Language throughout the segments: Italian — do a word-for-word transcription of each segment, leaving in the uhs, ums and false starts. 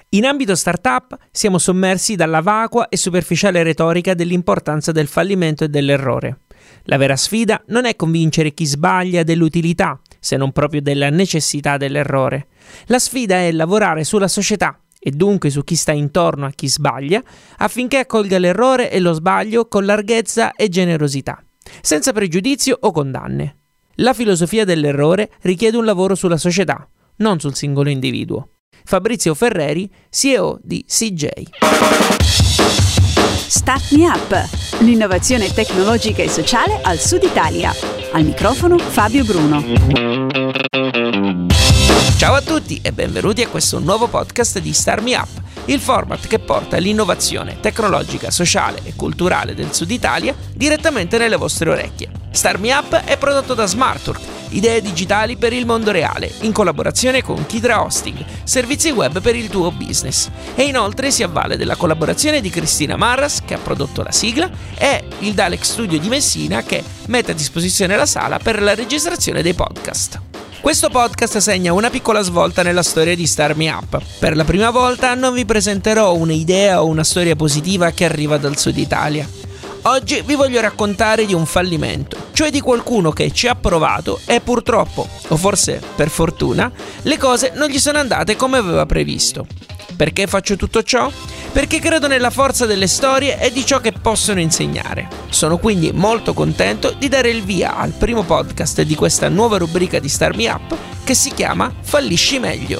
In ambito startup siamo sommersi dalla vacua e superficiale retorica dell'importanza del fallimento e dell'errore. La vera sfida non è convincere chi sbaglia dell'utilità, se non proprio della necessità dell'errore. La sfida è lavorare sulla società e dunque su chi sta intorno a chi sbaglia, affinché accolga l'errore e lo sbaglio con larghezza e generosità, senza pregiudizio o condanne. La filosofia dell'errore richiede un lavoro sulla società, non sul singolo individuo. Fabrizio Ferreri, C E O di C J. Start Me Up, l'innovazione tecnologica e sociale al Sud Italia. Al microfono Fabio Bruno. Ciao a tutti e benvenuti a questo nuovo podcast di Start Me Up, il format che porta l'innovazione tecnologica, sociale e culturale del Sud Italia direttamente nelle vostre orecchie. Start Me Up è prodotto da Smartwork, idee digitali per il mondo reale, in collaborazione con Kidra Hosting, servizi web per il tuo business. E inoltre si avvale della collaborazione di Cristina Marras, che ha prodotto la sigla, e il Dalek Studio di Messina, che mette a disposizione la sala per la registrazione dei podcast. Questo podcast segna una piccola svolta nella storia di Start Me Up. Per la prima volta non vi presenterò un'idea o una storia positiva che arriva dal Sud Italia. Oggi vi voglio raccontare di un fallimento, cioè di qualcuno che ci ha provato e purtroppo, o forse per fortuna, le cose non gli sono andate come aveva previsto. Perché faccio tutto ciò? Perché credo nella forza delle storie e di ciò che possono insegnare. Sono quindi molto contento di dare il via al primo podcast di questa nuova rubrica di Start Me Up che si chiama Fallisci Meglio.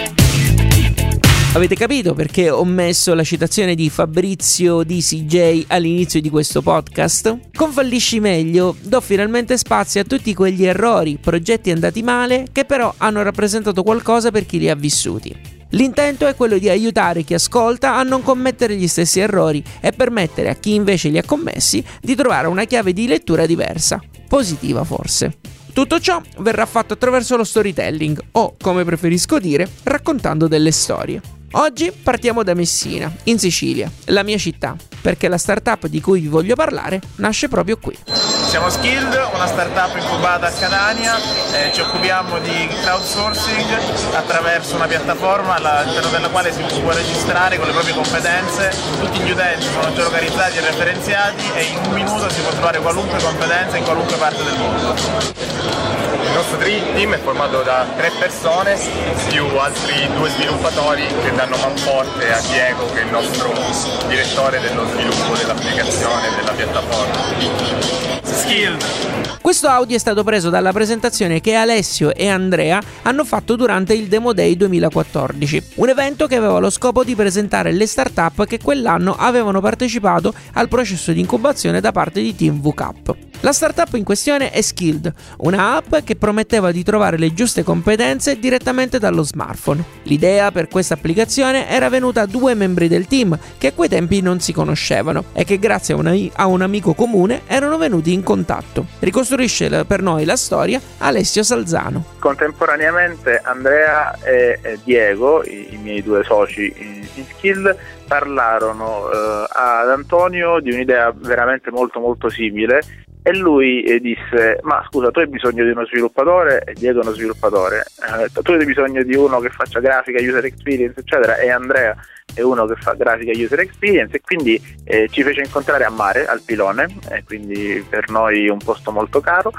Avete capito perché ho messo la citazione di Fabrizio di C J all'inizio di questo podcast? Con Fallisci Meglio do finalmente spazio a tutti quegli errori, progetti andati male che però hanno rappresentato qualcosa per chi li ha vissuti. L'intento è quello di aiutare chi ascolta a non commettere gli stessi errori e permettere a chi invece li ha commessi di trovare una chiave di lettura diversa, positiva forse. Tutto ciò verrà fatto attraverso lo storytelling o, come preferisco dire, raccontando delle storie. Oggi partiamo da Messina, in Sicilia, la mia città, perché la startup di cui vi voglio parlare nasce proprio qui. Siamo Skilled, una startup incubata a Catania, eh, ci occupiamo di crowdsourcing attraverso una piattaforma all'interno della quale si può registrare con le proprie competenze. Tutti gli utenti sono geolocalizzati e referenziati e in un minuto si può trovare qualunque competenza in qualunque parte del mondo. Il nostro team è formato da tre persone più altri due sviluppatori che danno manforte a Diego, che è il nostro direttore dello sviluppo dell'applicazione e della piattaforma. Skilled. Questo audio è stato preso dalla presentazione che Alessio e Andrea hanno fatto durante il Demo Day duemilaquattordici, un evento che aveva lo scopo di presentare le startup che quell'anno avevano partecipato al processo di incubazione da parte di Team V CAP. La startup in questione è Skilled, una app che prometteva di trovare le giuste competenze direttamente dallo smartphone. L'idea per questa applicazione era venuta a due membri del team che a quei tempi non si conoscevano e che grazie a, una, a un amico comune erano venuti in contatto. Ricostruisce per noi la storia Alessio Salzano. Contemporaneamente Andrea e, e Diego, i, i miei due soci in, in Skilled, parlarono eh, ad Antonio di un'idea veramente molto molto simile. E lui eh, disse: ma scusa, tu hai bisogno di uno sviluppatore? E Diego è uno sviluppatore. Ha detto: tu hai bisogno di uno che faccia grafica, user experience, eccetera. E Andrea è uno che fa grafica, user experience. E quindi eh, ci fece incontrare a mare, al Pilone, e quindi per noi un posto molto caro.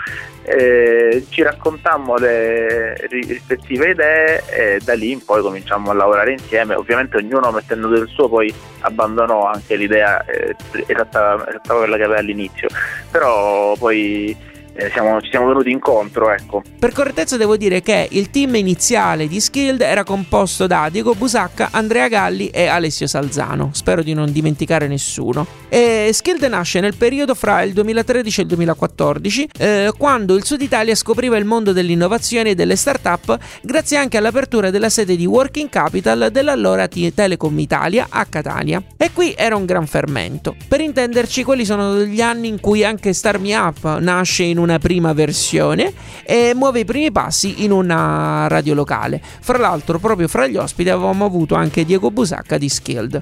Eh, ci raccontammo le rispettive idee e da lì in poi cominciamo a lavorare insieme. Ovviamente ognuno mettendo del suo, poi abbandonò anche l'idea eh, esatta, esatta quella che aveva all'inizio, però poi eh, siamo, ci siamo venuti incontro, ecco. Per correttezza devo dire che il team iniziale di Skilled era composto da Diego Busacca, Andrea Galli e Alessio Salzano, spero di non dimenticare nessuno. E Skilled nasce nel periodo fra il duemilatredici e il duemilaquattordici, eh, quando il Sud Italia scopriva il mondo dell'innovazione e delle start-up grazie anche all'apertura della sede di Working Capital dell'allora T- Telecom Italia a Catania. E qui era un gran fermento. Per intenderci, quelli sono gli anni in cui anche Start Me Up nasce in una prima versione e muove i primi passi in una radio locale. Fra l'altro, proprio fra gli ospiti avevamo avuto anche Diego Busacca di Skilled.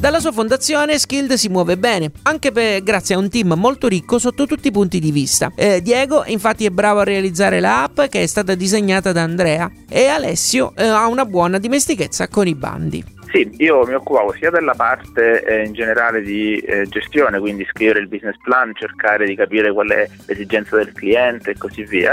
Dalla sua fondazione Skilled si muove bene, anche per, grazie a un team molto ricco sotto tutti i punti di vista. Eh, Diego infatti è bravo a realizzare la app che è stata disegnata da Andrea e Alessio eh, ha una buona dimestichezza con i bandi. Sì, io mi occupavo sia della parte eh, in generale di eh, gestione, quindi scrivere il business plan, cercare di capire qual è l'esigenza del cliente e così via,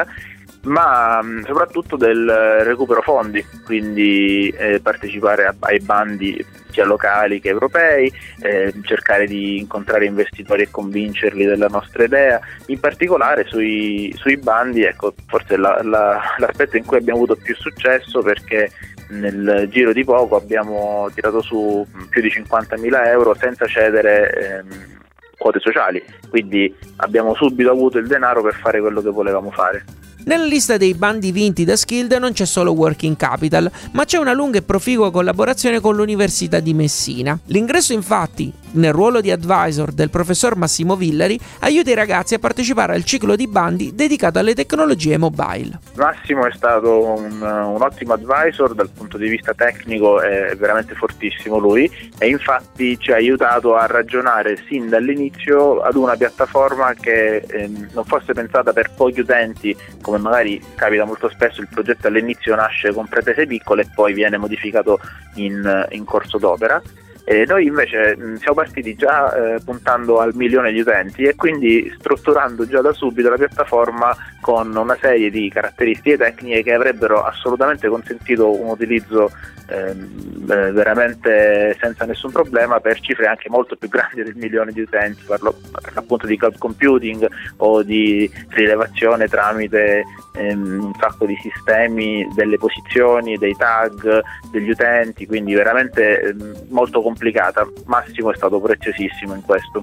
ma mh, soprattutto del recupero fondi, quindi eh, partecipare a, ai bandi sia locali che europei, eh, cercare di incontrare investitori e convincerli della nostra idea. In particolare sui, sui bandi, ecco, forse la, la, l'aspetto in cui abbiamo avuto più successo, perché nel giro di poco abbiamo tirato su più di cinquantamila euro senza cedere ehm, quote sociali, quindi abbiamo subito avuto il denaro per fare quello che volevamo fare. Nella lista dei bandi vinti da Skilled non c'è solo Working Capital, ma c'è una lunga e proficua collaborazione con l'Università di Messina. L'ingresso infatti nel ruolo di advisor del professor Massimo Villari aiuta i ragazzi a partecipare al ciclo di bandi dedicato alle tecnologie mobile. Massimo è stato un, un ottimo advisor dal punto di vista tecnico, è veramente fortissimo lui, e infatti ci ha aiutato a ragionare sin dall'inizio ad una piattaforma che eh, non fosse pensata per pochi utenti, come magari capita molto spesso. Il progetto all'inizio nasce con pretese piccole e poi viene modificato in, in corso d'opera. E noi invece mh, siamo partiti già eh, puntando al milione di utenti e quindi strutturando già da subito la piattaforma con una serie di caratteristiche tecniche che avrebbero assolutamente consentito un utilizzo ehm, eh, veramente senza nessun problema per cifre anche molto più grandi del milione di utenti. Parlo appunto di cloud computing o di rilevazione tramite ehm, un sacco di sistemi delle posizioni, dei tag degli utenti, quindi veramente ehm, molto complicata. Massimo è stato preziosissimo in questo.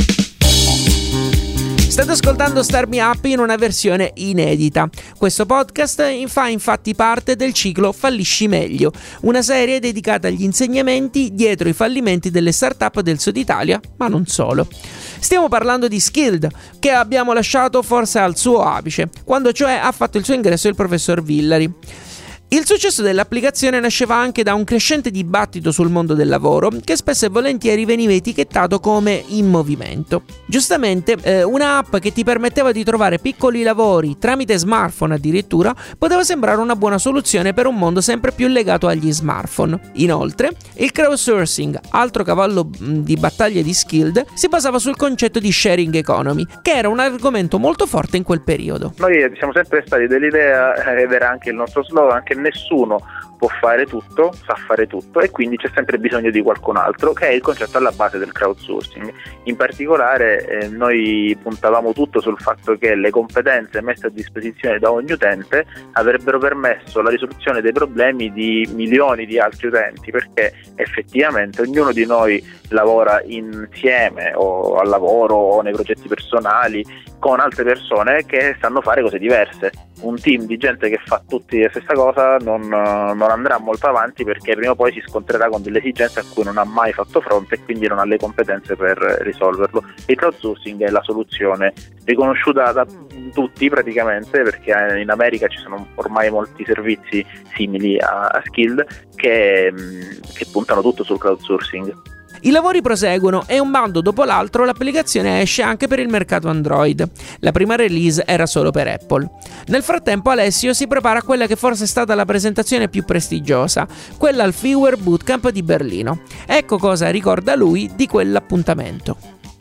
State ascoltando Start Me Up in una versione inedita. Questo podcast fa infatti parte del ciclo Fallisci Meglio, una serie dedicata agli insegnamenti dietro i fallimenti delle start-up del Sud Italia, ma non solo. Stiamo parlando di Skilled, che abbiamo lasciato forse al suo apice, quando cioè ha fatto il suo ingresso il professor Villari. Il successo dell'applicazione nasceva anche da un crescente dibattito sul mondo del lavoro, che spesso e volentieri veniva etichettato come in movimento. Giustamente, eh, un'app che ti permetteva di trovare piccoli lavori tramite smartphone addirittura poteva sembrare una buona soluzione per un mondo sempre più legato agli smartphone. Inoltre, il crowdsourcing, altro cavallo di battaglia di Skilled, si basava sul concetto di sharing economy, che era un argomento molto forte in quel periodo. Noi siamo sempre stati dell'idea, ed era anche il nostro slogan, che nessuno può fare tutto, sa fare tutto, e quindi c'è sempre bisogno di qualcun altro, che è il concetto alla base del crowdsourcing. In particolare eh, noi puntavamo tutto sul fatto che le competenze messe a disposizione da ogni utente avrebbero permesso la risoluzione dei problemi di milioni di altri utenti, perché effettivamente ognuno di noi lavora insieme o al lavoro o nei progetti personali con altre persone che sanno fare cose diverse. Un team di gente che fa tutti la stessa cosa non, non andrà molto avanti, perché prima o poi si scontrerà con delle esigenze a cui non ha mai fatto fronte e quindi non ha le competenze per risolverlo. Il crowdsourcing è la soluzione riconosciuta da tutti praticamente, perché in America ci sono ormai molti servizi simili a, a Skilled che, che puntano tutto sul crowdsourcing. I lavori proseguono e un bando dopo l'altro l'applicazione esce anche per il mercato Android. La prima release era solo per Apple. Nel frattempo Alessio si prepara a quella che forse è stata la presentazione più prestigiosa, quella al Fiewer Bootcamp di Berlino. Ecco cosa ricorda lui di quell'appuntamento.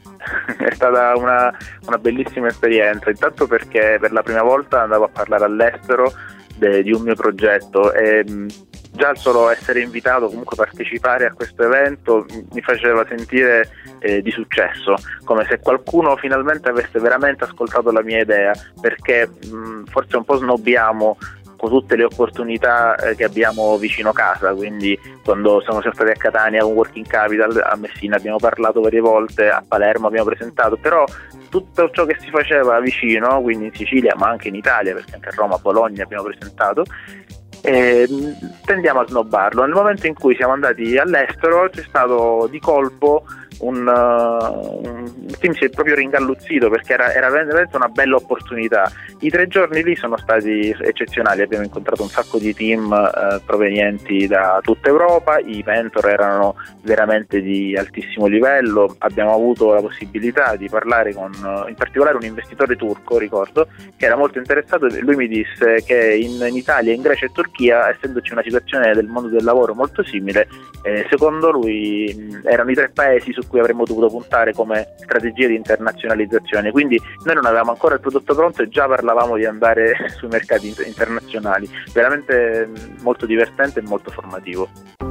È stata una, una bellissima esperienza, intanto perché per la prima volta andavo a parlare all'estero de, di un mio progetto e già il solo essere invitato, comunque partecipare a questo evento, mi faceva sentire eh, di successo, come se qualcuno finalmente avesse veramente ascoltato la mia idea, perché mh, forse un po' snobbiamo con tutte le opportunità eh, che abbiamo vicino casa. Quindi quando siamo stati a Catania con Working Capital, a Messina abbiamo parlato varie volte, a Palermo abbiamo presentato, però tutto ciò che si faceva vicino, quindi in Sicilia ma anche in Italia, perché anche a Roma, a Bologna abbiamo presentato, e tendiamo a snobbarlo. Nel momento in cui siamo andati all'estero c'è stato di colpo un, uh, un il team si è proprio ringalluzzito, perché era, era veramente una bella opportunità. I tre giorni lì sono stati eccezionali, abbiamo incontrato un sacco di team uh, provenienti da tutta Europa, i mentor erano veramente di altissimo livello, abbiamo avuto la possibilità di parlare con uh, in particolare un investitore turco, ricordo, che era molto interessato. Lui mi disse che in, in Italia, in Grecia e Turchia, essendoci una situazione del mondo del lavoro molto simile, eh, secondo lui mh, erano i tre paesi su cui avremmo dovuto puntare come strategia di internazionalizzazione. Quindi noi non avevamo ancora il prodotto pronto e già parlavamo di andare sui mercati internazionali. Veramente mh, molto divertente e molto formativo.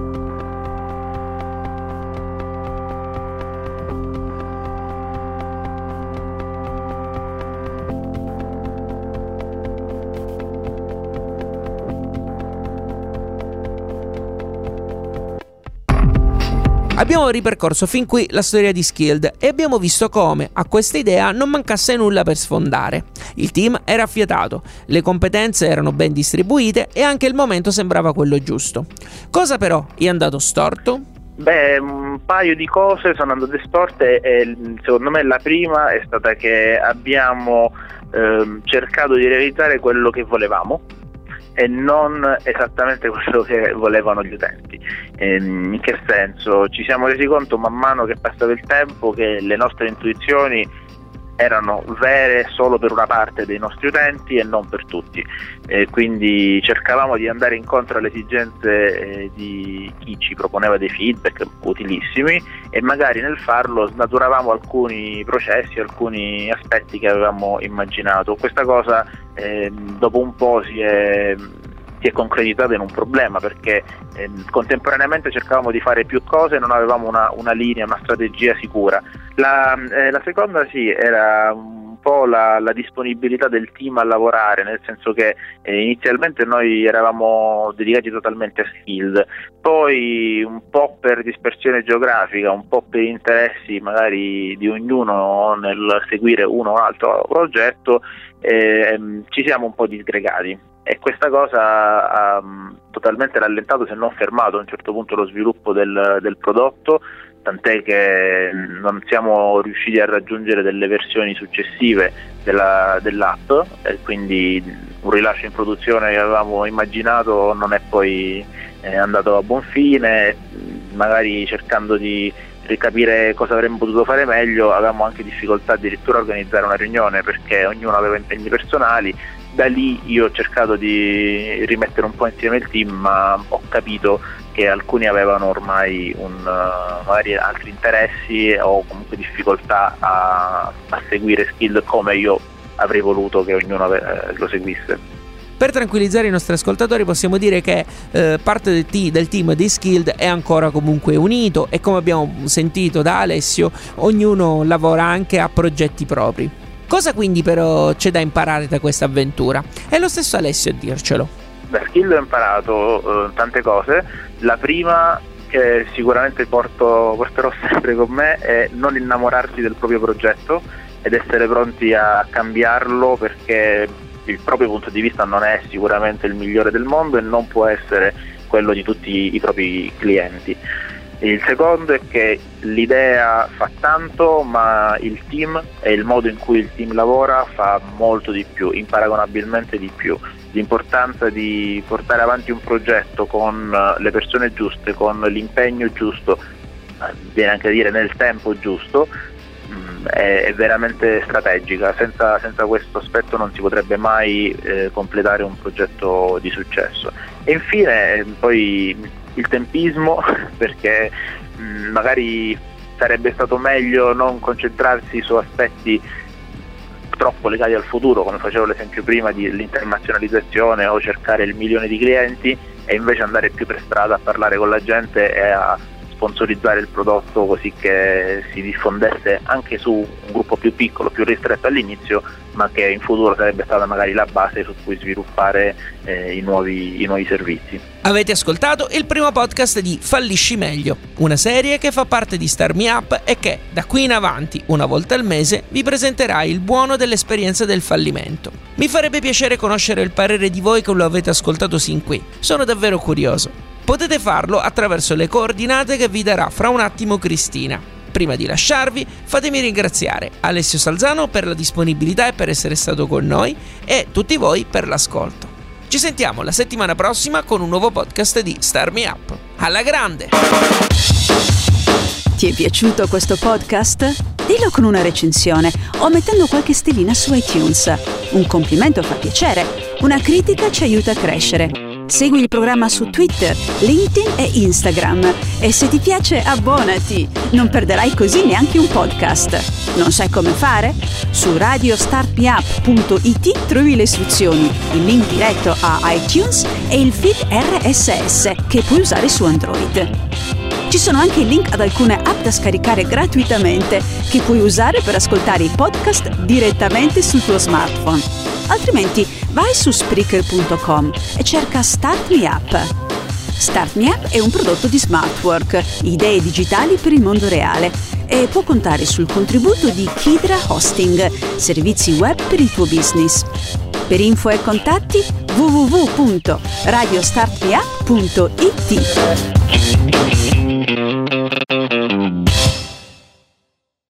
Abbiamo ripercorso fin qui la storia di Skilled e abbiamo visto come a questa idea non mancasse nulla per sfondare. Il team era affiatato, le competenze erano ben distribuite e anche il momento sembrava quello giusto. Cosa però è andato storto? Beh, un paio di cose sono andate storte e secondo me la prima è stata che abbiamo ehm, cercato di realizzare quello che volevamo e non esattamente quello che volevano gli utenti. Ehm, in che senso? Ci siamo resi conto man mano che passava il tempo che le nostre intuizioni erano vere solo per una parte dei nostri utenti e non per tutti, e quindi cercavamo di andare incontro alle esigenze eh, di chi ci proponeva dei feedback utilissimi e magari nel farlo snaturavamo alcuni processi, alcuni aspetti che avevamo immaginato. Questa cosa eh, dopo un po' si è si è concretizata in un problema, perché eh, contemporaneamente cercavamo di fare più cose e non avevamo una, una linea, una strategia sicura. La, eh, la seconda sì, era un po' la, la disponibilità del team a lavorare, nel senso che eh, inizialmente noi eravamo dedicati totalmente a Skilled, poi un po' per dispersione geografica, un po' per interessi magari di ognuno nel seguire uno o altro progetto, eh, ci siamo un po' disgregati. E questa cosa ha totalmente rallentato, se non fermato a un certo punto, lo sviluppo del, del prodotto, tant'è che non siamo riusciti a raggiungere delle versioni successive della, dell'app, e quindi un rilascio in produzione che avevamo immaginato non è poi eh, andato a buon fine. Magari cercando di capire cosa avremmo potuto fare meglio, avevamo anche difficoltà addirittura a organizzare una riunione perché ognuno aveva impegni personali. Da lì io ho cercato di rimettere un po' insieme il team, ma ho capito che alcuni avevano ormai un, uh, magari altri interessi o comunque difficoltà a, a seguire Skilled come io avrei voluto che ognuno ave- lo seguisse. Per tranquillizzare i nostri ascoltatori possiamo dire che eh, parte del, t- del team di Skilled è ancora comunque unito e, come abbiamo sentito da Alessio, ognuno lavora anche a progetti propri. Cosa quindi però c'è da imparare da questa avventura? È lo stesso Alessio a dircelo. Da Skilled ho imparato eh, tante cose. La prima, che sicuramente porto, porterò sempre con me, è non innamorarsi del proprio progetto ed essere pronti a cambiarlo, perché il proprio punto di vista non è sicuramente il migliore del mondo e non può essere quello di tutti i propri clienti. Il secondo è che l'idea fa tanto, ma il team e il modo in cui il team lavora fa molto di più, imparagonabilmente di più. L'importanza di portare avanti un progetto con le persone giuste, con l'impegno giusto, viene anche a dire nel tempo giusto, è, è veramente strategica. Senza, senza questo aspetto non si potrebbe mai eh, completare un progetto di successo. E infine poi il tempismo, perché mh, magari sarebbe stato meglio non concentrarsi su aspetti troppo legati al futuro, come facevo l'esempio prima dell'internazionalizzazione o cercare il milione di clienti, e invece andare più per strada a parlare con la gente e a sponsorizzare il prodotto così che si diffondesse anche su un gruppo più piccolo, più ristretto all'inizio, ma che in futuro sarebbe stata magari la base su cui sviluppare eh, i, nuovi, i nuovi servizi. Avete ascoltato il primo podcast di Fallisci Meglio, una serie che fa parte di Start Me Up e che, da qui in avanti, una volta al mese, vi presenterà il buono dell'esperienza del fallimento. Mi farebbe piacere conoscere il parere di voi che lo avete ascoltato sin qui, sono davvero curioso. Potete farlo attraverso le coordinate che vi darà fra un attimo Cristina. Prima di lasciarvi, fatemi ringraziare Alessio Salzano per la disponibilità e per essere stato con noi e tutti voi per l'ascolto. Ci sentiamo la settimana prossima con un nuovo podcast di Start Me Up. Alla grande! Ti è piaciuto questo podcast? Dillo con una recensione o mettendo qualche stellina su iTunes. Un complimento fa piacere, una critica ci aiuta a crescere. Segui il programma su Twitter, LinkedIn e Instagram e se ti piace abbonati, non perderai così neanche un podcast. Non sai come fare? Su radio start me up punto it trovi le istruzioni, il link diretto a iTunes e il feed R S S che puoi usare su Android. Ci sono anche i link ad alcune app da scaricare gratuitamente che puoi usare per ascoltare i podcast direttamente sul tuo smartphone. Altrimenti vai su Spreaker punto com e cerca Start Me Up. Start Me Up è un prodotto di Smartwork, idee digitali per il mondo reale, e può contare sul contributo di Kidra Hosting, servizi web per il tuo business. Per info e contatti w w w punto radio start me up punto it.